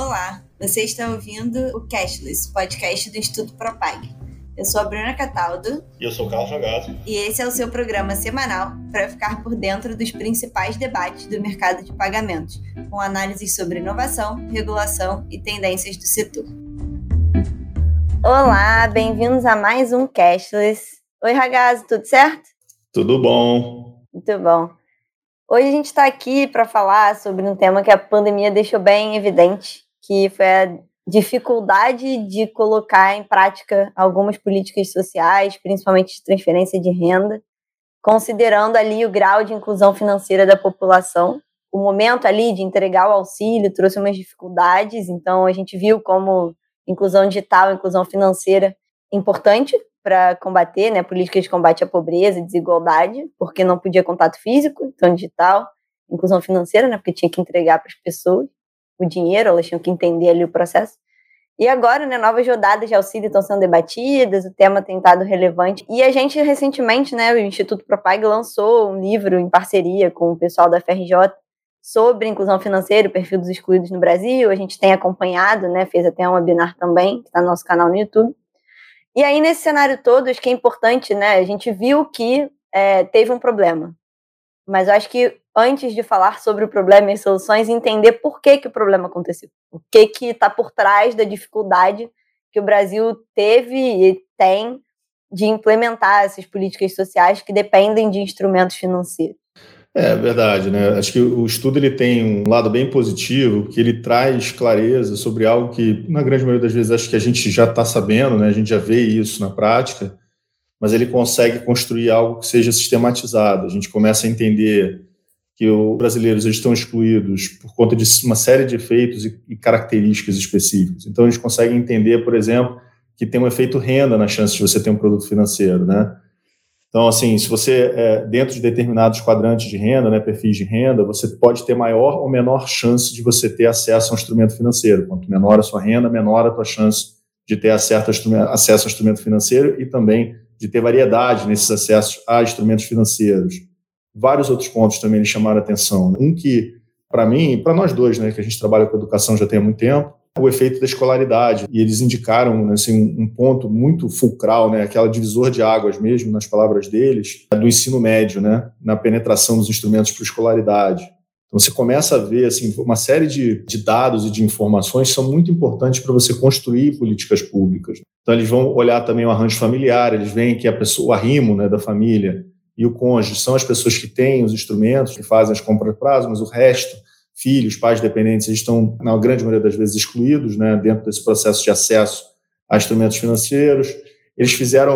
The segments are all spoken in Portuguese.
Olá, você está ouvindo o Cashless, podcast do Instituto Propag. Eu sou a Bruna Cataldo. E eu sou o Carlos Jogado. E esse é o seu programa semanal para ficar por dentro dos principais debates do mercado de pagamentos, com análises sobre inovação, regulação e tendências do setor. Olá, bem-vindos a mais um Cashless. Oi, Ragazzi, tudo certo? Tudo bom. Muito bom. Hoje a gente está aqui para falar sobre um tema que a pandemia deixou bem evidente, que foi a dificuldade de colocar em prática algumas políticas sociais, principalmente de transferência de renda, considerando ali o grau de inclusão financeira da população. O momento ali de entregar o auxílio trouxe umas dificuldades, então a gente viu como inclusão digital, inclusão financeira importante para combater, né, políticas de combate à pobreza e desigualdade, porque não podia contato físico, então digital, inclusão financeira, né, porque tinha que entregar para as pessoas o dinheiro, elas tinham que entender ali o processo. E agora, né, novas rodadas de auxílio estão sendo debatidas, o tema tem estado relevante. E a gente, recentemente, né, o Instituto Propag lançou um livro em parceria com o pessoal da FRJ sobre inclusão financeira e o perfil dos excluídos no Brasil. A gente tem acompanhado, né, fez até um webinar também, que está no nosso canal no YouTube. E aí, nesse cenário todo, acho que é importante, né, a gente viu que teve um problema. Mas eu acho que antes de falar sobre o problema e soluções, entender por que o problema aconteceu. O que está por trás da dificuldade que o Brasil teve e tem de implementar essas políticas sociais que dependem de instrumentos financeiros. É verdade, né? Acho que o estudo ele tem um lado bem positivo, que ele traz clareza sobre algo que, na grande maioria das vezes, acho que a gente já está sabendo, né? A gente já vê isso na prática, mas ele consegue construir algo que seja sistematizado. A gente começa a entender que os brasileiros eles estão excluídos por conta de uma série de efeitos e características específicas. Então, a gente consegue entender, por exemplo, que tem um efeito renda na chance de você ter um produto financeiro, né? Então, assim, se você, dentro de determinados quadrantes de renda, né, perfis de renda, você pode ter maior ou menor chance de você ter acesso a um instrumento financeiro. Quanto menor a sua renda, menor a tua chance de ter acesso ao instrumento financeiro e também de ter variedade nesses acessos a instrumentos financeiros. Vários outros pontos também me chamaram a atenção. Um que, para mim, e para nós dois, né, que a gente trabalha com educação já tem há muito tempo, o efeito da escolaridade. E eles indicaram assim, um ponto muito fulcral, né, aquela divisor de águas mesmo, nas palavras deles, do ensino médio, né, na penetração dos instrumentos para escolaridade. Então você começa a ver assim, uma série de dados e de informações que são muito importantes para você construir políticas públicas. Então eles vão olhar também o arranjo familiar, eles veem que a pessoa, o arrimo, né, da família e o cônjuge são as pessoas que têm os instrumentos, que fazem as compras a prazo, mas o resto, filhos, pais dependentes, eles estão, na grande maioria das vezes, excluídos, né, dentro desse processo de acesso a instrumentos financeiros. Eles fizeram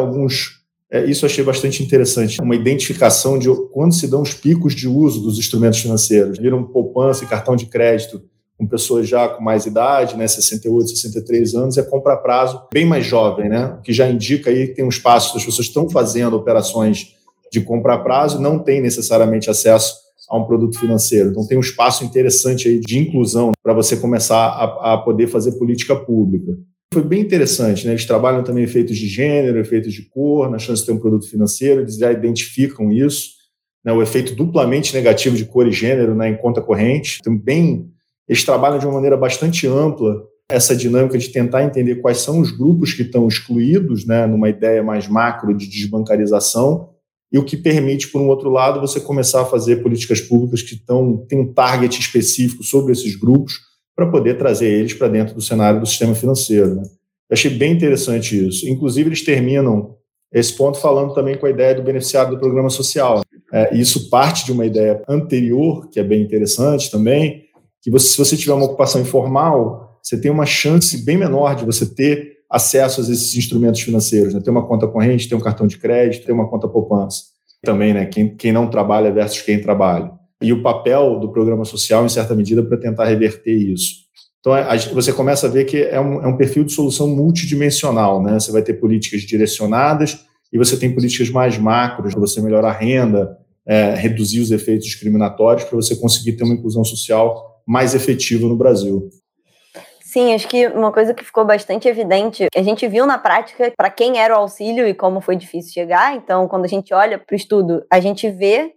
isso eu achei bastante interessante, uma identificação de quando se dão os picos de uso dos instrumentos financeiros. Viram poupança e cartão de crédito com pessoas já com mais idade, né, 68, 63 anos, e a compra a prazo bem mais jovem, né, o que já indica aí que tem um espaço, as pessoas estão fazendo operações de compra a prazo, não tem necessariamente acesso a um produto financeiro. Então tem um espaço interessante aí de inclusão para você começar a poder fazer política pública. Foi bem interessante, né? Eles trabalham também efeitos de gênero, efeitos de cor, na chance de ter um produto financeiro, eles já identificam isso, né? O efeito duplamente negativo de cor e gênero, né, em conta corrente. Então, eles trabalham de uma maneira bastante ampla essa dinâmica de tentar entender quais são os grupos que estão excluídos, né, numa ideia mais macro de desbancarização, e o que permite, por um outro lado, você começar a fazer políticas públicas que têm um target específico sobre esses grupos para poder trazer eles para dentro do cenário do sistema financeiro, né? Eu achei bem interessante isso. Inclusive, eles terminam esse ponto falando também com a ideia do beneficiário do programa social. Isso parte de uma ideia anterior, que é bem interessante também, que se você tiver uma ocupação informal, você tem uma chance bem menor de você ter acesso a esses instrumentos financeiros, né? Ter uma conta corrente, ter um cartão de crédito, ter uma conta poupança. Também, né? Quem não trabalha versus quem trabalha. E o papel do programa social, em certa medida, para tentar reverter isso. Então, você começa a ver que é um perfil de solução multidimensional, né? Você vai ter políticas direcionadas e você tem políticas mais macros para você melhorar a renda, reduzir os efeitos discriminatórios para você conseguir ter uma inclusão social mais efetiva no Brasil. Sim, acho que uma coisa que ficou bastante evidente, a gente viu na prática para quem era o auxílio e como foi difícil chegar. Então, quando a gente olha para o estudo, a gente vê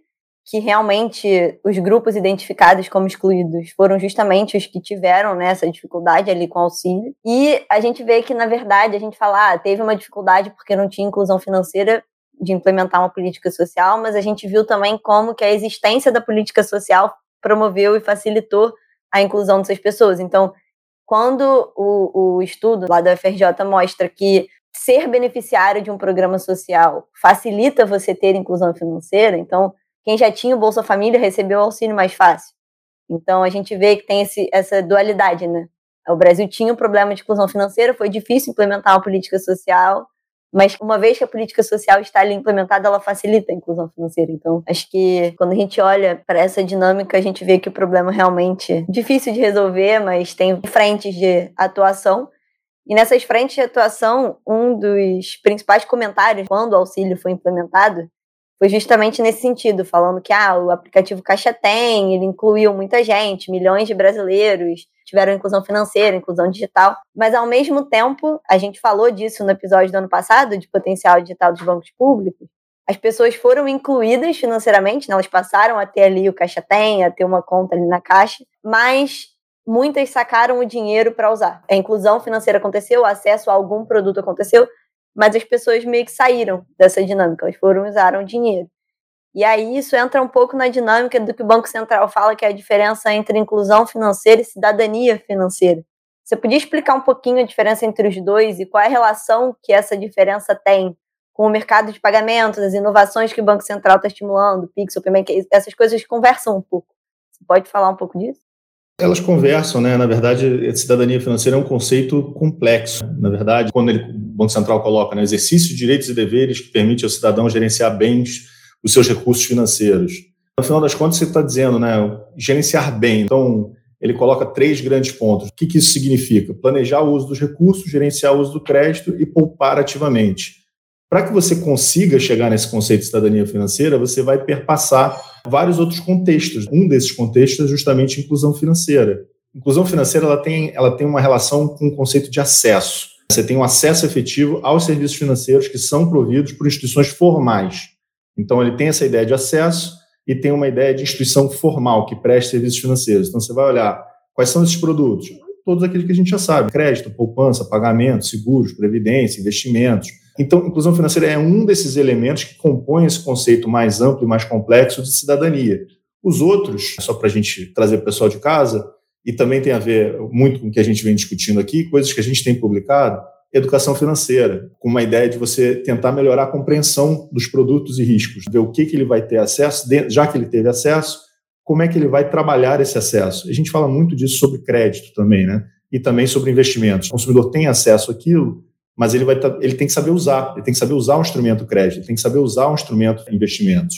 que realmente os grupos identificados como excluídos foram justamente os que tiveram, né, essa dificuldade ali com o auxílio. E a gente vê que, na verdade, a gente fala, teve uma dificuldade porque não tinha inclusão financeira de implementar uma política social, mas a gente viu também como que a existência da política social promoveu e facilitou a inclusão dessas pessoas. Então, quando o estudo lá da UFRJ mostra que ser beneficiário de um programa social facilita você ter inclusão financeira, então quem já tinha o Bolsa Família recebeu o auxílio mais fácil. Então a gente vê que tem essa dualidade, né? O Brasil tinha um problema de inclusão financeira, foi difícil implementar uma política social, mas uma vez que a política social está ali implementada, ela facilita a inclusão financeira. Então, acho que quando a gente olha para essa dinâmica, a gente vê que o problema realmente é difícil de resolver, mas tem frentes de atuação. E nessas frentes de atuação, um dos principais comentários quando o auxílio foi implementado foi justamente nesse sentido, falando que o aplicativo Caixa Tem, ele incluiu muita gente, milhões de brasileiros tiveram inclusão financeira, inclusão digital, mas ao mesmo tempo, a gente falou disso no episódio do ano passado, de potencial digital dos bancos públicos, as pessoas foram incluídas financeiramente, né? Elas passaram a ter ali o Caixa Tem, a ter uma conta ali na Caixa, mas muitas sacaram o dinheiro para usar. A inclusão financeira aconteceu, o acesso a algum produto aconteceu, mas as pessoas meio que saíram dessa dinâmica, elas foram usar o dinheiro. E aí isso entra um pouco na dinâmica do que o Banco Central fala, que é a diferença entre inclusão financeira e cidadania financeira. Você podia explicar um pouquinho a diferença entre os dois e qual é a relação que essa diferença tem com o mercado de pagamentos, as inovações que o Banco Central está estimulando, Pix, Open, essas coisas conversam um pouco. Você pode falar um pouco disso? Elas conversam, né? Na verdade, a cidadania financeira é um conceito complexo. Na verdade, quando o Banco Central coloca, né, exercício de direitos e deveres que permite ao cidadão gerenciar bens os seus recursos financeiros. No final das contas, você está dizendo, né, gerenciar bem. Então, ele coloca 3 grandes pontos. O que isso significa? Planejar o uso dos recursos, gerenciar o uso do crédito e poupar ativamente. Para que você consiga chegar nesse conceito de cidadania financeira, você vai perpassar vários outros contextos. Um desses contextos é justamente a inclusão financeira. A inclusão financeira ela tem uma relação com o conceito de acesso. Você tem um acesso efetivo aos serviços financeiros que são providos por instituições formais. Então, ele tem essa ideia de acesso e tem uma ideia de instituição formal que presta serviços financeiros. Então, você vai olhar quais são esses produtos. Todos aqueles que a gente já sabe: crédito, poupança, pagamento, seguros, previdência, investimentos. Então, inclusão financeira é um desses elementos que compõem esse conceito mais amplo e mais complexo de cidadania. Os outros, só para a gente trazer para o pessoal de casa, e também tem a ver muito com o que a gente vem discutindo aqui, coisas que a gente tem publicado, educação financeira, com uma ideia de você tentar melhorar a compreensão dos produtos e riscos, ver o que ele vai ter acesso, já que ele teve acesso, como é que ele vai trabalhar esse acesso. A gente fala muito disso sobre crédito também, né? E também sobre investimentos. O consumidor tem acesso àquilo, mas ele tem que saber usar. Ele tem que saber usar um instrumento crédito, ele tem que saber usar um instrumento investimentos.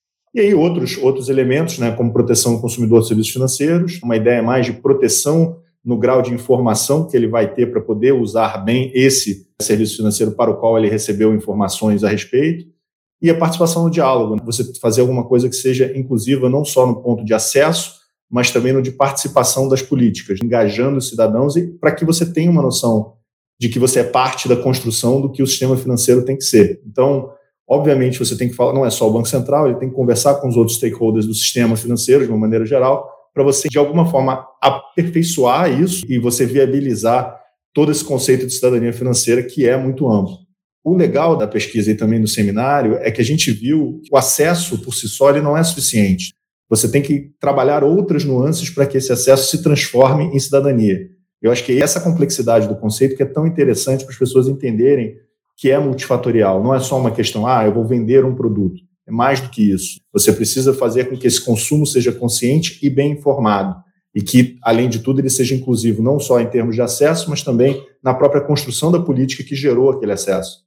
E aí outros elementos, né, como proteção do consumidor de serviços financeiros, uma ideia mais de proteção no grau de informação que ele vai ter para poder usar bem esse serviço financeiro para o qual ele recebeu informações a respeito, e a participação no diálogo, você fazer alguma coisa que seja inclusiva não só no ponto de acesso, mas também no de participação das políticas, engajando os cidadãos, e para que você tenha uma noção de que você é parte da construção do que o sistema financeiro tem que ser. Então, obviamente, você tem que falar, não é só o Banco Central, ele tem que conversar com os outros stakeholders do sistema financeiro, de uma maneira geral, para você, de alguma forma, aperfeiçoar isso e você viabilizar todo esse conceito de cidadania financeira, que é muito amplo. O legal da pesquisa e também do seminário é que a gente viu que o acesso por si só ele não é suficiente. Você tem que trabalhar outras nuances para que esse acesso se transforme em cidadania. Eu acho que essa complexidade do conceito que é tão interessante para as pessoas entenderem que é multifatorial. Não é só uma questão, eu vou vender um produto. É mais do que isso. Você precisa fazer com que esse consumo seja consciente e bem informado. E que, além de tudo, ele seja inclusivo, não só em termos de acesso, mas também na própria construção da política que gerou aquele acesso.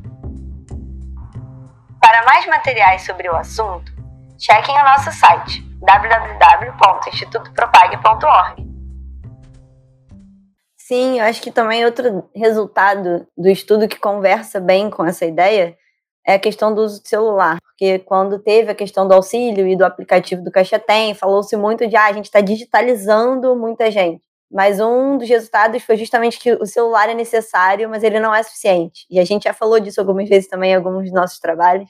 Para mais materiais sobre o assunto, chequem o nosso site www.institutopropag.org. Sim, eu acho que também outro resultado do estudo que conversa bem com essa ideia é a questão do uso do celular, porque quando teve a questão do auxílio e do aplicativo do Caixa Tem, falou-se muito de a gente está digitalizando muita gente. Mas um dos resultados foi justamente que o celular é necessário, mas ele não é suficiente. E a gente já falou disso algumas vezes também em alguns dos nossos trabalhos,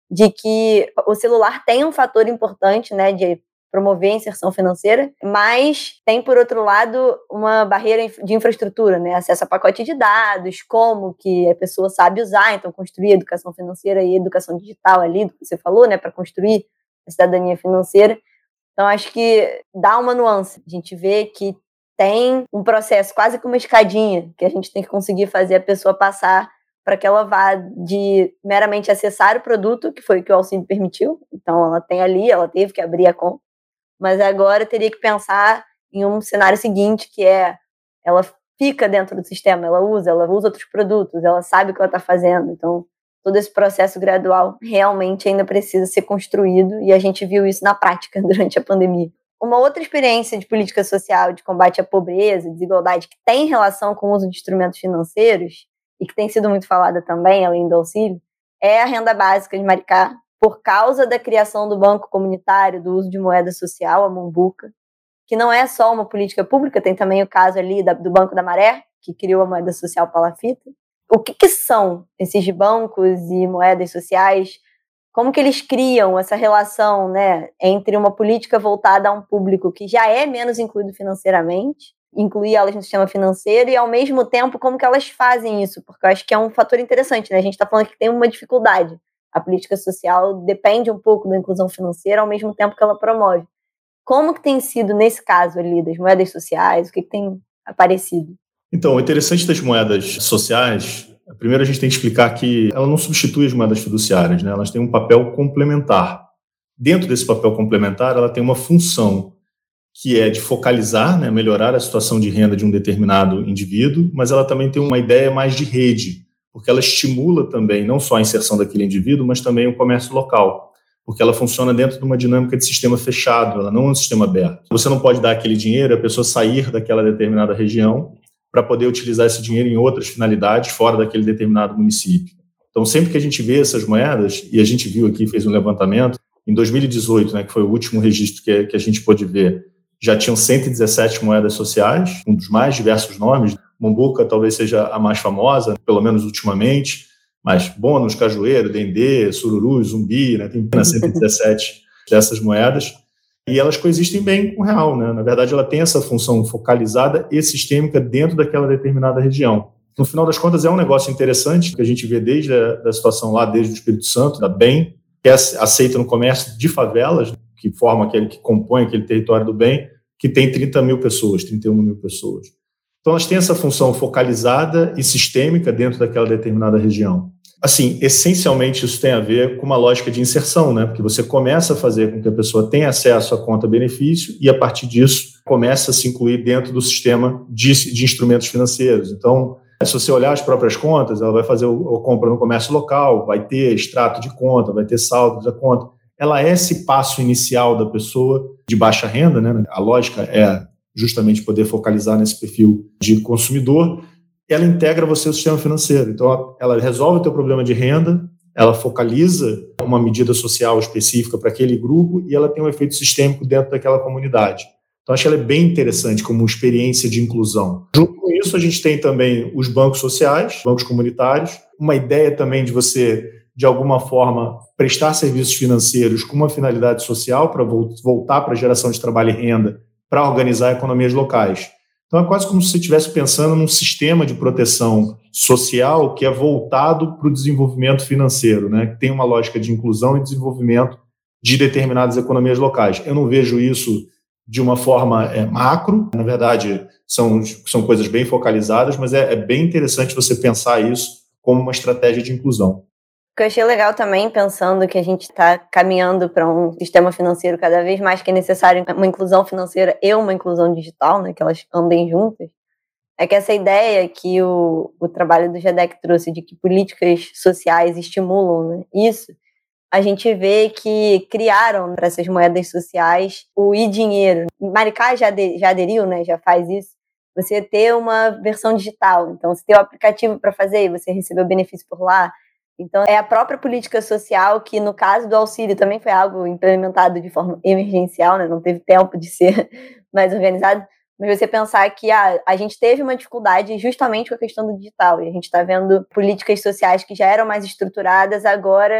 de que o celular tem um fator importante, né, de promover a inserção financeira, mas tem, por outro lado, uma barreira de infraestrutura, né? Acesso a pacote de dados, como que a pessoa sabe usar, então construir educação financeira e educação digital ali, do que você falou, né, para construir a cidadania financeira. Então, acho que dá uma nuance. A gente vê que tem um processo, quase como uma escadinha, que a gente tem que conseguir fazer a pessoa passar para que ela vá de meramente acessar o produto, que foi o que o auxílio permitiu. Então, ela tem ali, ela teve que abrir a conta, mas agora teria que pensar em um cenário seguinte, que é ela fica dentro do sistema, ela usa outros produtos, ela sabe o que ela está fazendo. Então, todo esse processo gradual realmente ainda precisa ser construído, e a gente viu isso na prática durante a pandemia. Uma outra experiência de política social de combate à pobreza, desigualdade, que tem relação com o uso de instrumentos financeiros, e que tem sido muito falada também, além do auxílio, é a renda básica de Maricá, por causa da criação do Banco Comunitário, do uso de moeda social, a Mombuca, que não é só uma política pública, tem também o caso ali do Banco da Maré, que criou a moeda social palafita. O que são esses bancos e moedas sociais? Como que eles criam essa relação, né, entre uma política voltada a um público que já é menos incluído financeiramente, incluir elas no sistema financeiro, e ao mesmo tempo como que elas fazem isso? Porque eu acho que é um fator interessante, né? A gente está falando que tem uma dificuldade. A política social depende um pouco da inclusão financeira, ao mesmo tempo que ela promove. Como que tem sido, nesse caso ali, das moedas sociais? O que tem aparecido? Então, o interessante das moedas sociais, primeiro a gente tem que explicar que ela não substitui as moedas fiduciárias, né? Elas têm um papel complementar. Dentro desse papel complementar, ela tem uma função que é de focalizar, né, melhorar a situação de renda de um determinado indivíduo, mas ela também tem uma ideia mais de rede, porque ela estimula também não só a inserção daquele indivíduo, mas também o comércio local, porque ela funciona dentro de uma dinâmica de sistema fechado, ela não é um sistema aberto. Você não pode dar aquele dinheiro e a pessoa sair daquela determinada região para poder utilizar esse dinheiro em outras finalidades fora daquele determinado município. Então, sempre que a gente vê essas moedas, e a gente viu aqui, fez um levantamento, em 2018, né, que foi o último registro que a gente pôde ver, já tinham 117 moedas sociais, um dos mais diversos nomes. Mombuca talvez seja a mais famosa, pelo menos ultimamente, mas bônus, cajueiro, dendê, sururu, zumbi, né, tem apenas 117 dessas moedas, e elas coexistem bem com o real, né? Na verdade, ela tem essa função focalizada e sistêmica dentro daquela determinada região. No final das contas, é um negócio interessante que a gente vê desde a situação lá, desde o Espírito Santo, da BEM, que é aceita no comércio de favelas, que compõe aquele território do bem, que tem 30 mil pessoas, 31 mil pessoas. Então, elas têm essa função focalizada e sistêmica dentro daquela determinada região. Assim, essencialmente isso tem a ver com uma lógica de inserção, né? Porque você começa a fazer com que a pessoa tenha acesso à conta benefício e, a partir disso, começa a se incluir dentro do sistema de instrumentos financeiros. Então, se você olhar as próprias contas, ela vai fazer a compra no comércio local, vai ter extrato de conta, vai ter saldo da conta. Ela é esse passo inicial da pessoa de baixa renda, né? A lógica é justamente poder focalizar nesse perfil de consumidor. Ela integra você ao sistema financeiro. Então, ela resolve o teu problema de renda, ela focaliza uma medida social específica para aquele grupo e ela tem um efeito sistêmico dentro daquela comunidade. Então, acho que ela é bem interessante como experiência de inclusão. Junto com isso, a gente tem também os bancos sociais, bancos comunitários, uma ideia também de você, de alguma forma, prestar serviços financeiros com uma finalidade social para voltar para a geração de trabalho e renda, para organizar economias locais. Então, é quase como se você estivesse pensando num sistema de proteção social que é voltado para o desenvolvimento financeiro, né? Que tem uma lógica de inclusão e desenvolvimento de determinadas economias locais. Eu não vejo isso de uma forma macro, na verdade, são coisas bem focalizadas, mas é bem interessante você pensar isso como uma estratégia de inclusão. O que eu achei legal também, pensando que a gente está caminhando para um sistema financeiro cada vez mais que é necessário uma inclusão financeira e uma inclusão digital, né, que elas andem juntas, é que essa ideia que o trabalho do GEDEC trouxe de que políticas sociais estimulam, né, isso, a gente vê que criaram para essas moedas sociais o e-dinheiro. Maricá já aderiu, né, já faz isso. Você ter uma versão digital, então você tem o aplicativo para fazer e você recebeu benefício por lá. Então, é a própria política social que, no caso do auxílio, também foi algo implementado de forma emergencial, né? Não teve tempo de ser mais organizado, mas você pensar que a gente teve uma dificuldade justamente com a questão do digital, e a gente está vendo políticas sociais que já eram mais estruturadas agora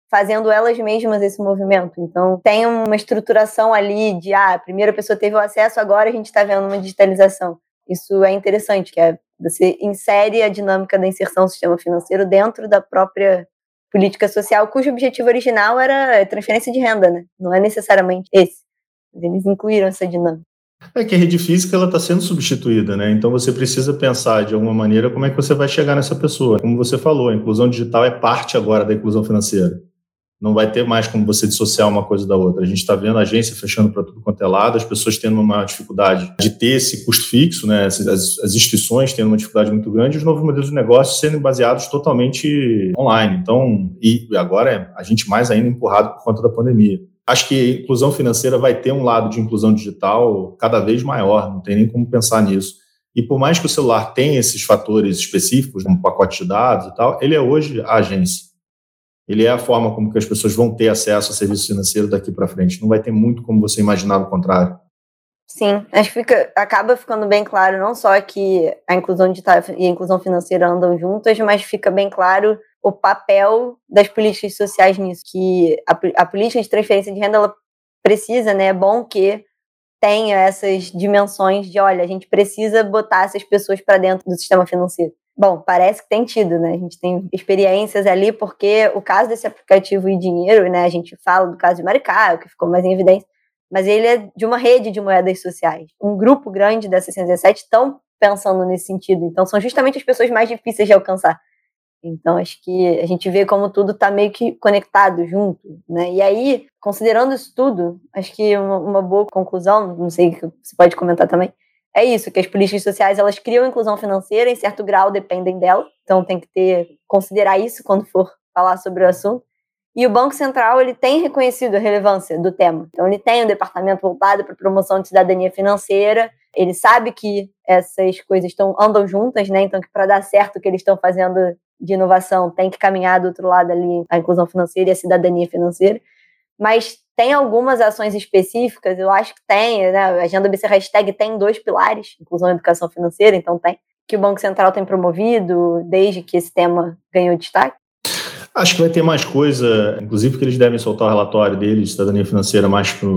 fazendo elas mesmas esse movimento. Então, tem uma estruturação ali de, primeiro a pessoa teve o acesso, agora a gente está vendo uma digitalização. Isso é interessante, que você insere a dinâmica da inserção do sistema financeiro dentro da própria política social, cujo objetivo original era transferência de renda, né? Não é necessariamente esse. Eles incluíram essa dinâmica. É que a rede física está sendo substituída, né? Então você precisa pensar de alguma maneira como é que você vai chegar nessa pessoa. Como você falou, a inclusão digital é parte agora da inclusão financeira. Não vai ter mais como você dissociar uma coisa da outra. A gente está vendo a agência fechando para tudo quanto é lado, as pessoas tendo uma dificuldade de ter esse custo fixo, né? As instituições tendo uma dificuldade muito grande, e os novos modelos de negócio sendo baseados totalmente online. Então, e agora a gente mais ainda empurrado por conta da pandemia. Acho que a inclusão financeira vai ter um lado de inclusão digital cada vez maior, não tem nem como pensar nisso. E por mais que o celular tenha esses fatores específicos, como pacote de dados e tal, ele é hoje a agência. Ele é a forma como que as pessoas vão ter acesso a serviço financeiro daqui para frente. Não vai ter muito como você imaginar o contrário. Sim, acho que acaba ficando bem claro não só que a inclusão digital e a inclusão financeira andam juntas, mas fica bem claro o papel das políticas sociais nisso, que a política de transferência de renda ela precisa, né? É bom que tenha essas dimensões de, olha, a gente precisa botar essas pessoas para dentro do sistema financeiro. Bom, parece que tem tido, né? A gente tem experiências ali, porque o caso desse aplicativo e-dinheiro, né? A gente fala do caso de Maricá, que ficou mais em evidência, mas ele é de uma rede de moedas sociais. Um grupo grande dessas 617 estão pensando nesse sentido. Então, são justamente as pessoas mais difíceis de alcançar. Então, acho que a gente vê como tudo está meio que conectado junto, né? E aí, considerando isso tudo, acho que uma boa conclusão, não sei o que você pode comentar também, é isso, que as políticas sociais, elas criam inclusão financeira, em certo grau dependem dela, então tem que considerar isso quando for falar sobre o assunto. E o Banco Central, ele tem reconhecido a relevância do tema. Então, ele tem um departamento voltado para a promoção de cidadania financeira, ele sabe que essas coisas andam juntas, né? Então, que para dar certo o que eles estão fazendo de inovação, tem que caminhar do outro lado ali a inclusão financeira e a cidadania financeira. Mas tem algumas ações específicas, eu acho que tem, né? A Agenda BC Hashtag tem 2 pilares, inclusão e educação financeira, então tem, que o Banco Central tem promovido desde que esse tema ganhou destaque. Acho que vai ter mais coisa, inclusive que eles devem soltar o relatório deles de cidadania financeira mais para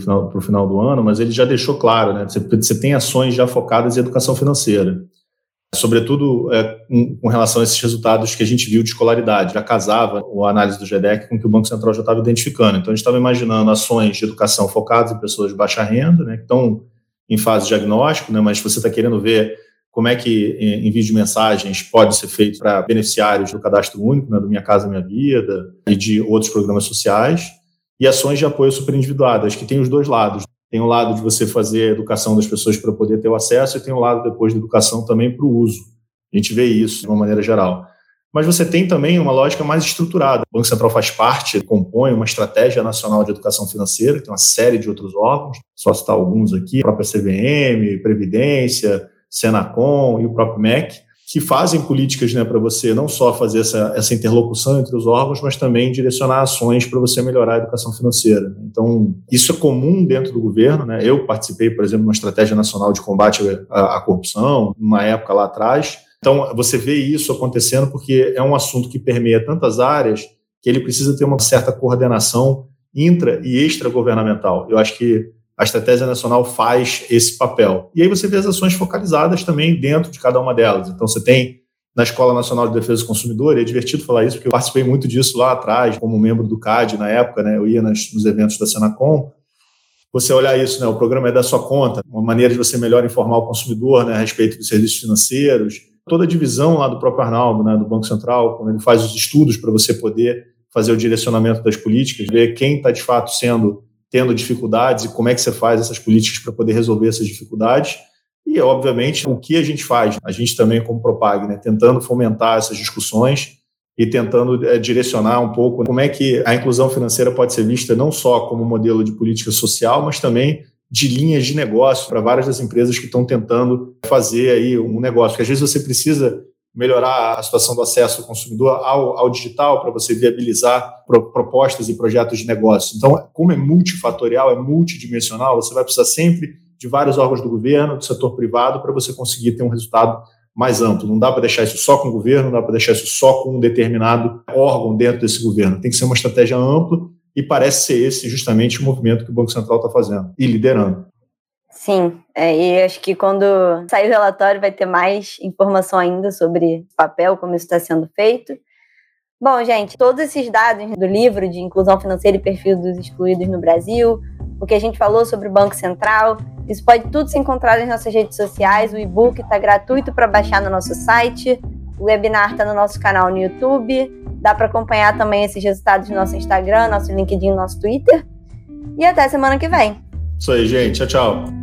o final do ano, mas ele já deixou claro, né? Você tem ações já focadas em educação financeira, sobretudo com relação a esses resultados que a gente viu de escolaridade. Já casava a análise do GEDEC com o que o Banco Central já estava identificando. Então, a gente estava imaginando ações de educação focadas em pessoas de baixa renda, né, que estão em fase de diagnóstico, né, mas você está querendo ver como é que envio de mensagens pode ser feito para beneficiários do Cadastro Único, né, do Minha Casa Minha Vida e de outros programas sociais, e ações de apoio superindividuadas, que tem os dois lados. Tem o lado de você fazer a educação das pessoas para poder ter o acesso e tem o lado depois da educação também para o uso. A gente vê isso de uma maneira geral. Mas você tem também uma lógica mais estruturada. O Banco Central faz parte, compõe uma estratégia nacional de educação financeira, tem uma série de outros órgãos, só citar alguns aqui, a própria CVM, Previdência, Senacom e o próprio MEC, que fazem políticas, né, para você não só fazer essa interlocução entre os órgãos, mas também direcionar ações para você melhorar a educação financeira. Então, isso é comum dentro do governo, né? Eu participei, por exemplo, de uma estratégia nacional de combate à corrupção, numa época lá atrás. Então, você vê isso acontecendo porque é um assunto que permeia tantas áreas que ele precisa ter uma certa coordenação intra- e extragovernamental. Eu acho que a estratégia nacional faz esse papel. E aí você vê as ações focalizadas também dentro de cada uma delas. Então, você tem na Escola Nacional de Defesa do Consumidor, e é divertido falar isso, porque eu participei muito disso lá atrás, como membro do CAD na época, né? Eu ia nos eventos da Senacom. Você olhar isso, né? O programa é da sua conta, uma maneira de você melhor informar o consumidor, né, a respeito dos serviços financeiros. Toda a divisão lá do próprio Arnaldo, né, do Banco Central, quando ele faz os estudos para você poder fazer o direcionamento das políticas, ver quem está de fato tendo dificuldades e como é que você faz essas políticas para poder resolver essas dificuldades. E, obviamente, o que a gente faz, a gente também como Propag, né, tentando fomentar essas discussões e tentando direcionar um pouco como é que a inclusão financeira pode ser vista não só como modelo de política social, mas também de linhas de negócio para várias das empresas que estão tentando fazer aí um negócio. Porque às vezes você precisa melhorar a situação do acesso do consumidor ao digital para você viabilizar propostas e projetos de negócio. Então, como é multifatorial, é multidimensional, você vai precisar sempre de vários órgãos do governo, do setor privado, para você conseguir ter um resultado mais amplo. Não dá para deixar isso só com o governo, não dá para deixar isso só com um determinado órgão dentro desse governo. Tem que ser uma estratégia ampla e parece ser esse justamente o movimento que o Banco Central está fazendo e liderando. Sim, e acho que quando sair o relatório vai ter mais informação ainda sobre o papel, como isso está sendo feito. Bom, gente, todos esses dados do livro de inclusão financeira e perfil dos excluídos no Brasil, o que a gente falou sobre o Banco Central, isso pode tudo ser encontrado nas nossas redes sociais. O e-book está gratuito para baixar no nosso site, o webinar está no nosso canal no YouTube, dá para acompanhar também esses resultados no nosso Instagram, nosso LinkedIn, nosso Twitter. E até semana que vem. Isso aí, gente. Tchau, tchau.